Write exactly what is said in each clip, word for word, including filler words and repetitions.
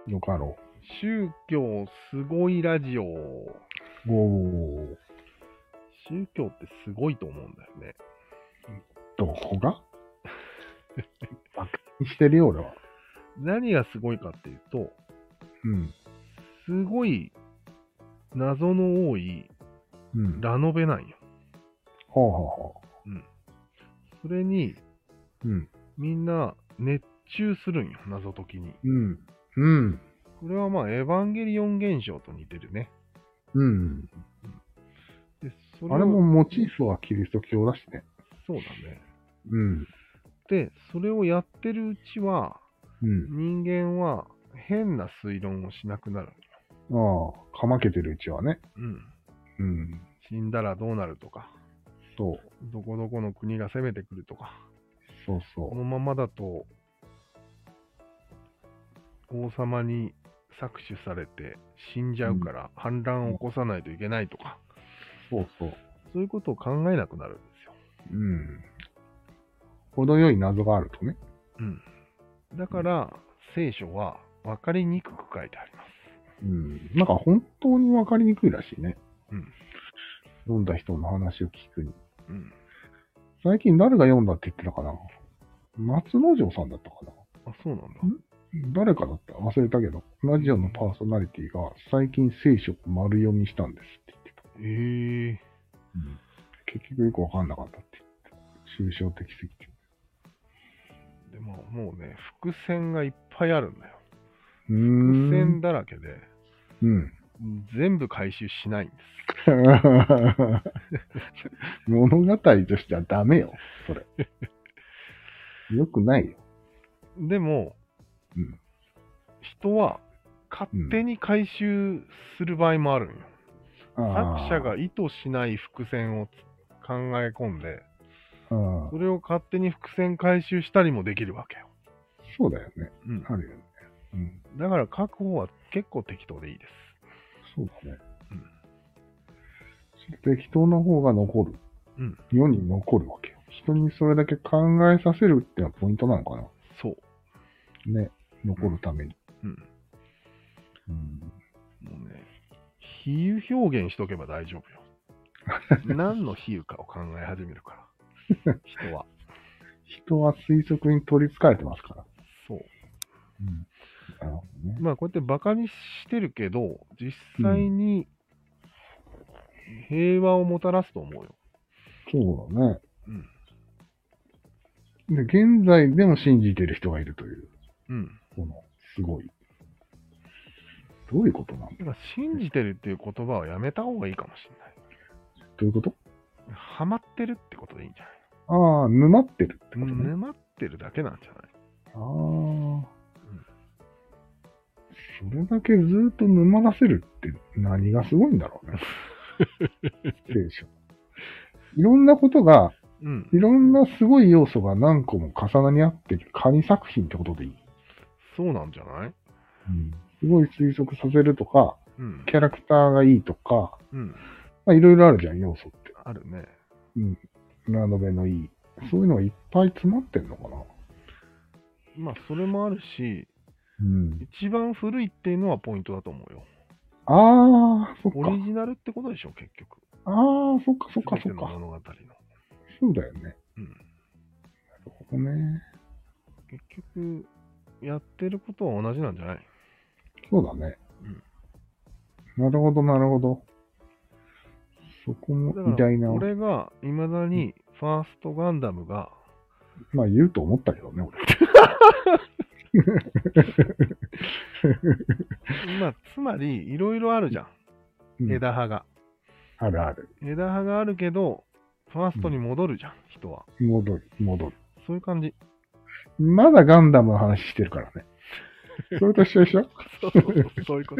よかろ宗教すごいラジオ。 う。おー。 宗教ってすごいと思うんだよね。 どこがバカにしてるよ、俺は。 何がすごいかっていうと、 うん。 すごい謎の多いうん。 ラノベなんよ。 ほうほうほうん。それにう。うん。 みんな熱中するんよ、謎解きに。 うん。うん。 これはまあ、エヴァンゲリオン現象と似てるね。 うん。 で、それをあれもモチーフはキリスト教だしね。 そうだね。 うん。 で、それをやってるうちは、 うん。 人間は変な推論をしなくなる。 ああ、かまけてるうちはね。 うん。 うん。 死んだらどうなるとか、 そう。 どこどこの国が攻めてくるとか、 そうそこのままだと王様に搾取されて死んじゃうから反乱を起こさないといけないとか、 う。そうそう。 そういうことを考えなくなるんですよ。 うん。程よい謎があるとね。 うん。だから聖書は分かりにくく書いてあります。 うん。なんか本当にわかりにくいらしいね。 うん。 読んだ人の話を聞くに。 うん。 最近誰が読んだって言ってたかな。松之丞さんだったかな。 あ、そうなんだ。 誰かだった忘れたけど、ラジオのパーソナリティが最近聖書を丸読みしたんですって言ってた。 ええー。 うん、結局よくわかんなかったって言って。抽象的すぎて。 でももうね、伏線がいっぱいあるんだよ。 うーん。 伏線だらけで、 うん。 全部回収しないんです。 物語としてはダメよ、それ。よくないよ。 でも、 うん、 人は勝手に回収する場合もあるんよ。 うん、 作者が意図しない伏線を考え込んで、 あそれを勝手に伏線回収したりもできるわけよ。 そうだよね。 うん。 あるよね。うん、 だから書く方は結構適当でいいです。 そうだね。 うん。 適当な方が残る。 うん。 世に残るわけよ。人にそれだけ考えさせるってのはポイントなのかな。 そう。 ね。残るために。 うん。 うん、 もうね、比喩表現しとけば大丈夫よ。何の比喩かを考え始めるから。人は。 人は推測に取り憑かれてますから。 そう。 うん、なるほどね。 まあこうやってバカにしてるけど、実際に平和をもたらすと思うよ。 そうだね。 うん。 で、現在でも信じてる人がいるという、 うん。 この、すごい。どういうことなんだ。 だから信じてるっていう言葉はやめた方がいいかもしれない。 どういうこと？ ハマってるってことでいいんじゃない？ ああ、沼ってるってことね。 沼ってるだけなんじゃない？ ああ、うん。それだけずっと沼らせるって何がすごいんだろうね。聖書。いろんなことが、 うん。 いろんなすごい要素が何個も重なり合ってる神作品ってことでいい。 そうなんじゃない？ うん。すごい推測させるとか、 うん。 キャラクターがいいとか、 うん。 まあいろいろあるじゃん、要素って。 あるね。 うん。ラノベのいい。そういうのがいっぱい詰まってんのかな。 まあそれもあるし、 うん。 一番古いっていうのはポイントだと思うよ。 ああ、そっか。 オリジナルってことでしょ、結局。 ああ、そっかそっかそ全ってか。 の物語の。 そうだよね。 うん。 なるほどね。 結局、やってることは同じなんじゃない？ そうだね。 うん。 なるほど、なるほど。そこもだから、 偉大な。 俺が未だにファーストガンダムが、 まあ言うと思ったけどね、俺。 まあ、つまり、いろいろあるじゃん。 うん枝葉が。 あるある。 枝葉があるけど、ファーストに戻るじゃん、人は。 戻る、戻る。 そういう感じ。 まだガンダムの話してるからね。それと一緒でしょ？ そうそうそう、そういうこと。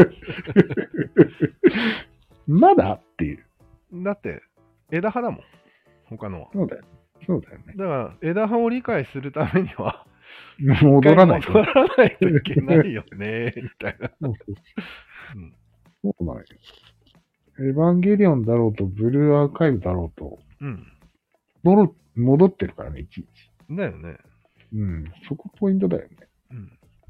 まだっていう。 だって、枝葉だもん。他のは。 そうだよ。そうだよね。 だから、枝葉を理解するためには、 戻らないと。 戻らないといけないよね、みたいな。 そうそううん。 そうなんよ。エヴァンゲリオンだろうと、ブルーアーカイブだろうと、 うん。 戻戻ってるからね、いちいち。 だよね。 うん。そこポイントだよね。 うん。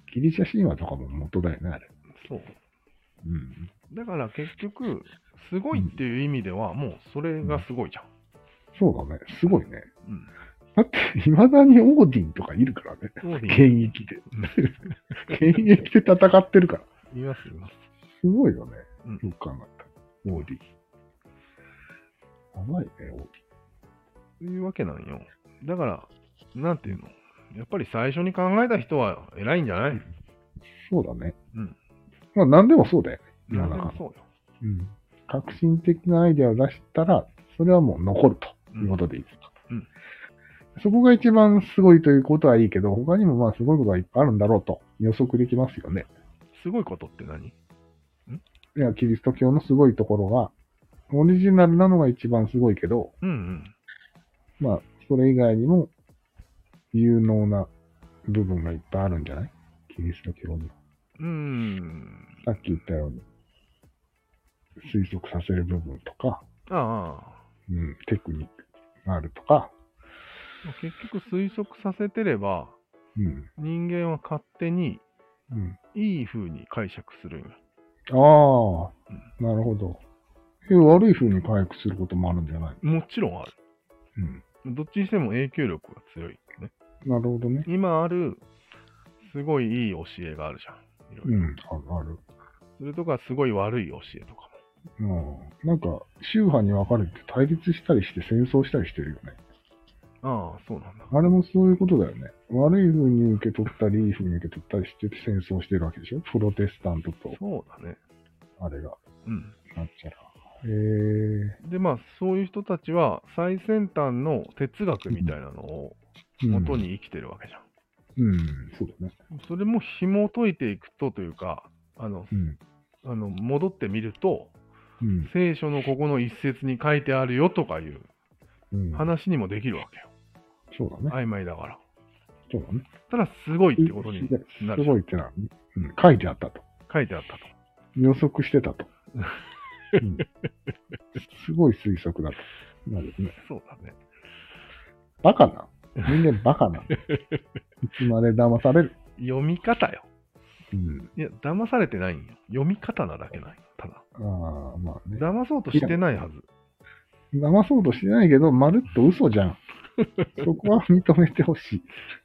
ギリシャ神話とかも元だよね、あれ。 そう。 うん。 だから結局、すごいっていう意味では、もうそれがすごいじゃん。 そうだね。すごいね。 うん。 だって、未だにオーディンとかいるからね。 オーディン現役で。現役で戦ってるから。 いますいます。 すごいよね。 うんよく考えた。オーディン。やばいね、オーディン。 というわけなんよ。だから、なんていうの、やっぱり最初に考えた人は偉いんじゃない？ そうだね。 うん。 まあ、何でもそうだよね。世なんの中でもそうよ。 うん。革新的なアイデアを出したら、それはもう残るということでいいですと。 うんうんそこが一番すごいということはいいけど、他にもまあすごいことがいっぱいあるんだろうと予測できますよね。 すごいことって何？ いや、キリスト教のすごいところが、オリジナルなのが一番すごいけど、 うんうん。 まあ、それ以外にも有能な部分がいっぱいあるんじゃない？キリスト教には。 うーん。 さっき言ったように、推測させる部分とか、 ああ。 うん、テクニックがあるとか、 結局推測させてれば、 うん、 人間は勝手にうん。 いい風に解釈するんよ。 ああ、なるほど。え悪い風に回復することもあるんじゃない？ もちろんある。 うん。 どっちにしても影響力が強い、ね。 なるほどね。 今ある、すごいいい教えがあるじゃん。いろいろうん、あある。 それとか、すごい悪い教えとかも。 うん。なんか、宗派に分かれて対立したりして戦争したりしてるよね。 ああ、そうなんだ。 あれもそういうことだよね。悪い風に受け取ったり、いい風に受け取ったりして戦争してるわけでしょ？プロテスタントと、 そうだね。 あれが、 うん。 なんちゃら。へえ。 で、まあ、そういう人たちは、最先端の哲学みたいなのを元に生きてるわけじゃん。 うん、うん、そうだね。 それも紐解いていくとというか、あの、 うん。 あの戻ってみると、 うん。 聖書のここの一節に書いてあるよとかいううん、 話にもできるわけよ。 そうだね。 曖昧だから。 そうだね。 ただ、すごいってことになる。 すごいってのは、うん、書いてあったと。 書いてあったと。 予測してたと。うん、すごい推測だと。なるね。 そうだね。 バカな。人間バカな。いつまで騙される。 読み方よ。 うん。 いや、騙されてないんよ。読み方なだけない。ただ。 ああ、まあね。 騙そうとしてないはず。 騙そうとしてないけど、まるっと嘘じゃん。そこは認めてほしい。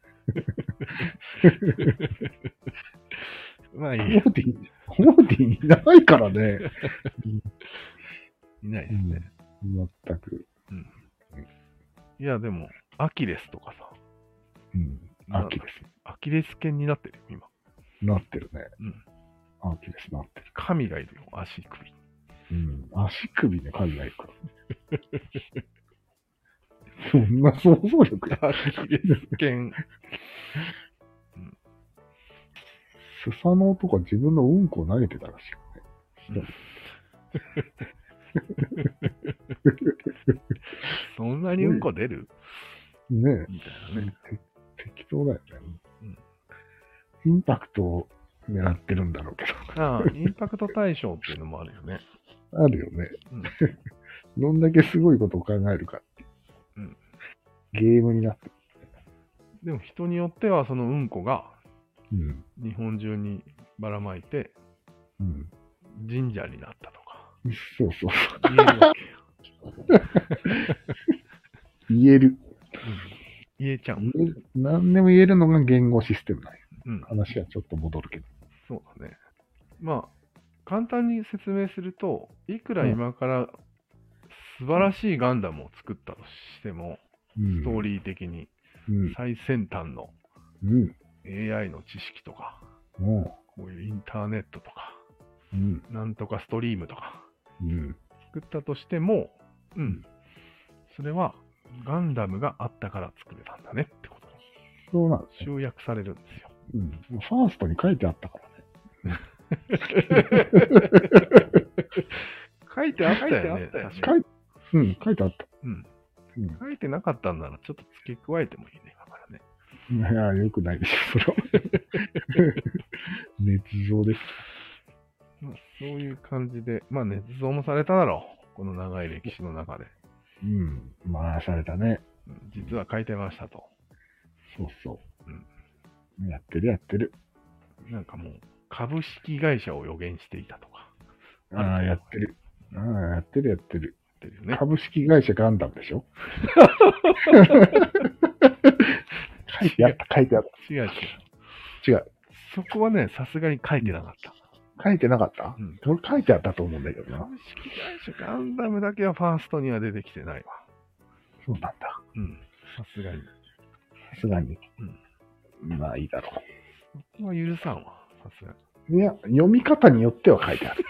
まあいいオーディン、オーディンいないからね。 いないですね。 うん、全く。 うん。いや、でも、アキレスとかさ。 うん。アキレス。 アキレス腱になってるよ、今。 なってるね。 うん。 アキレスなってる。 神がいるよ、足首。 うん。足首ね、神がいるから。そんな想像力や。 アキレス腱。 スサノオとか自分のうんこを投げてたらしいよね。 そんなにうんこ出るねえ。 みたいなね。 適当だよね。 うん。 インパクトを狙ってるんだろうけど。 ああ、インパクト対象っていうのもあるよね。 あるよね。 うん。 どんだけすごいことを考えるかっていう。 うん。 ゲームになってる。 でも人によってはそのうんこがうん。 日本中にばらまいてうん。 神社になったとかそうそう。 言えるわけよ。 言える。 うん、言えちゃう。 言える。何でも言えるのが言語システムなんよ。 うん。 話はちょっと戻るけど。 そうだね。まあ、簡単に説明すると、いくら今から素晴らしいガンダムを作ったとしても、 うん、 ストーリー的にうん。 最先端のうん。 エーアイ の知識とか、 もこういうインターネットとか、 う。うん。 なんとかストリームとかうん。 作ったとしても、うん。それはガンダムがあったから作れたんだねってことにそうなんですよ。 集約されるんですよ。 うん。ファーストに書いてあったからね。 書いてあったよね。確か書いうん、書いてあった。 うん。 うん。 書いてなかったんならちょっと付け加えてもいいね、今からね。 いや、よくないでしょ、それは。捏造です。 まあ、そういう感じで、まあ、捏造もされただろう。この長い歴史の中で。 うん。回されたね。 うん、実は書いてましたと。 そうそう。うん。やってるやってる。 なんかもう、株式会社を予言していたとか。 ああ、やってる。ああ、やってるやってる。 ってるよね。 株式会社ガンダムでしょ書いてあった、書いてあっ違う違う。 た。違う。 そこはね、さすがに書いてなかった。 書いてなかった、 うん、 俺書いてあったと思うんだけどな。 株式会社ガンダムだけはファーストには出てきてないわ。 そうなんだ。 うん。さすがに。 さすがに。 うん。 まあいいだろそこは許さんわ。さすがう。いや、読み方によっては書いてある。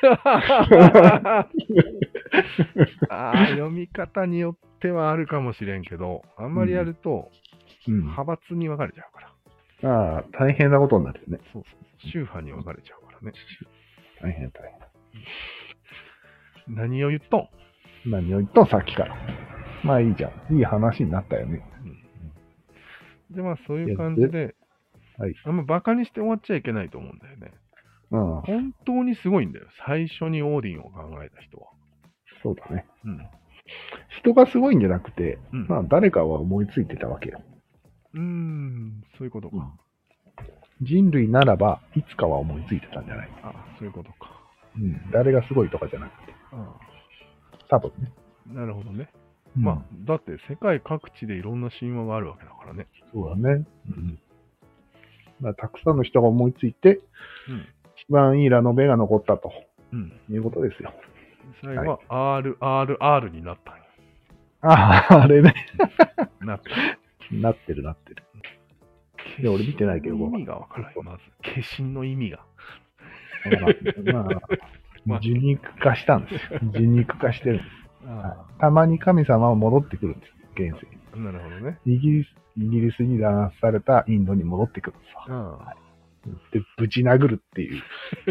ああ、読み方によってはあるかもしれんけど、あんまりやると、 うん。 派閥に分かれちゃうから。 ああ、大変なことになるよね。 そうそうそう。宗派に分かれちゃうからね。 大変大変。 何を言っとん何を言ったんさっきから。まあいいじゃん。いい話になったよね。 うん、で、まあそういう感じで、 はい、 あんまバカにして終わっちゃいけないと思うんだよね。 うん。 本当にすごいんだよ。最初にオーディンを考えた人は。 そうだね。 うん。 人がすごいんじゃなくて、 うん、 まあ誰かは思いついてたわけよ。 うーん、そういうことか。 うん、人類ならば、いつかは思いついてたんじゃない。 あ、そういうことか。 うん。誰がすごいとかじゃなくて。 あ多分ね。 なるほどね。 うん、 まあ、だって世界各地でいろんな神話があるわけだからね。 そうだね。うん。だからたくさんの人が思いついて、 うん、 一番いいラノベが残ったと、 うん、 いうことですよ。 最後は アールアールアール になったんよ。 ああ、あれね。 なった。 なってるなってる。いや、俺見てないけど。 意味がわからない。まず、化身の意味が。 まあ、まあ、受肉化したんですよ。受肉化してるんです。 あたまに神様は戻ってくるんです。現世に。 なるほどね。 イギリス、イギリスに弾圧されたインドに戻ってくるんですよ。 ああで、ぶち殴るっていう。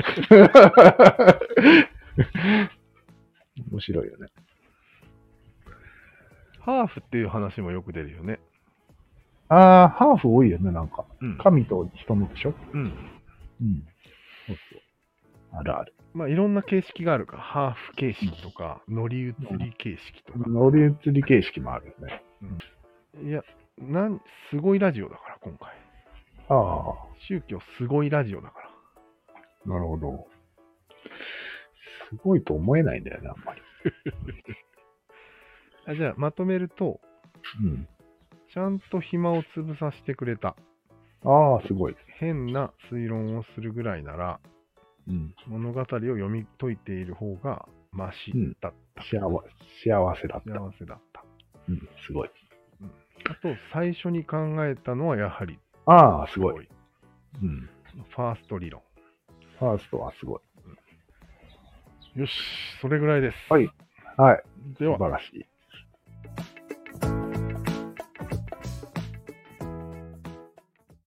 面白いよね。 ハーフっていう話もよく出るよね。 ああ、ハーフ多いよね、なんか。 うん、 神と人のでしょ。 うん。 うん。そうそう。あるある。 まあ、いろんな形式があるから、ハーフ形式とか、乗り移り形式とか。 乗り移り形式もあるよね。 うん、いや、なん、すごいラジオだから、今回。 ああ。 宗教すごいラジオだから。 なるほど。すごいと思えないんだよね、あんまり。 あじゃあ、まとめると、 うん。 ちゃんと暇を潰させてくれた。 ああ、すごい。 変な推論をするぐらいなら、 うん。 物語を読み解いている方がマシだった。 幸幸せだった。 幸せだった。 うん、すごい。 うん、あと、最初に考えたのはやはり、 ああ、すごい。うん。 ファースト理論。 ファーストはすごい。 よし、それぐらいです。 はい。はい。 では素晴らしい。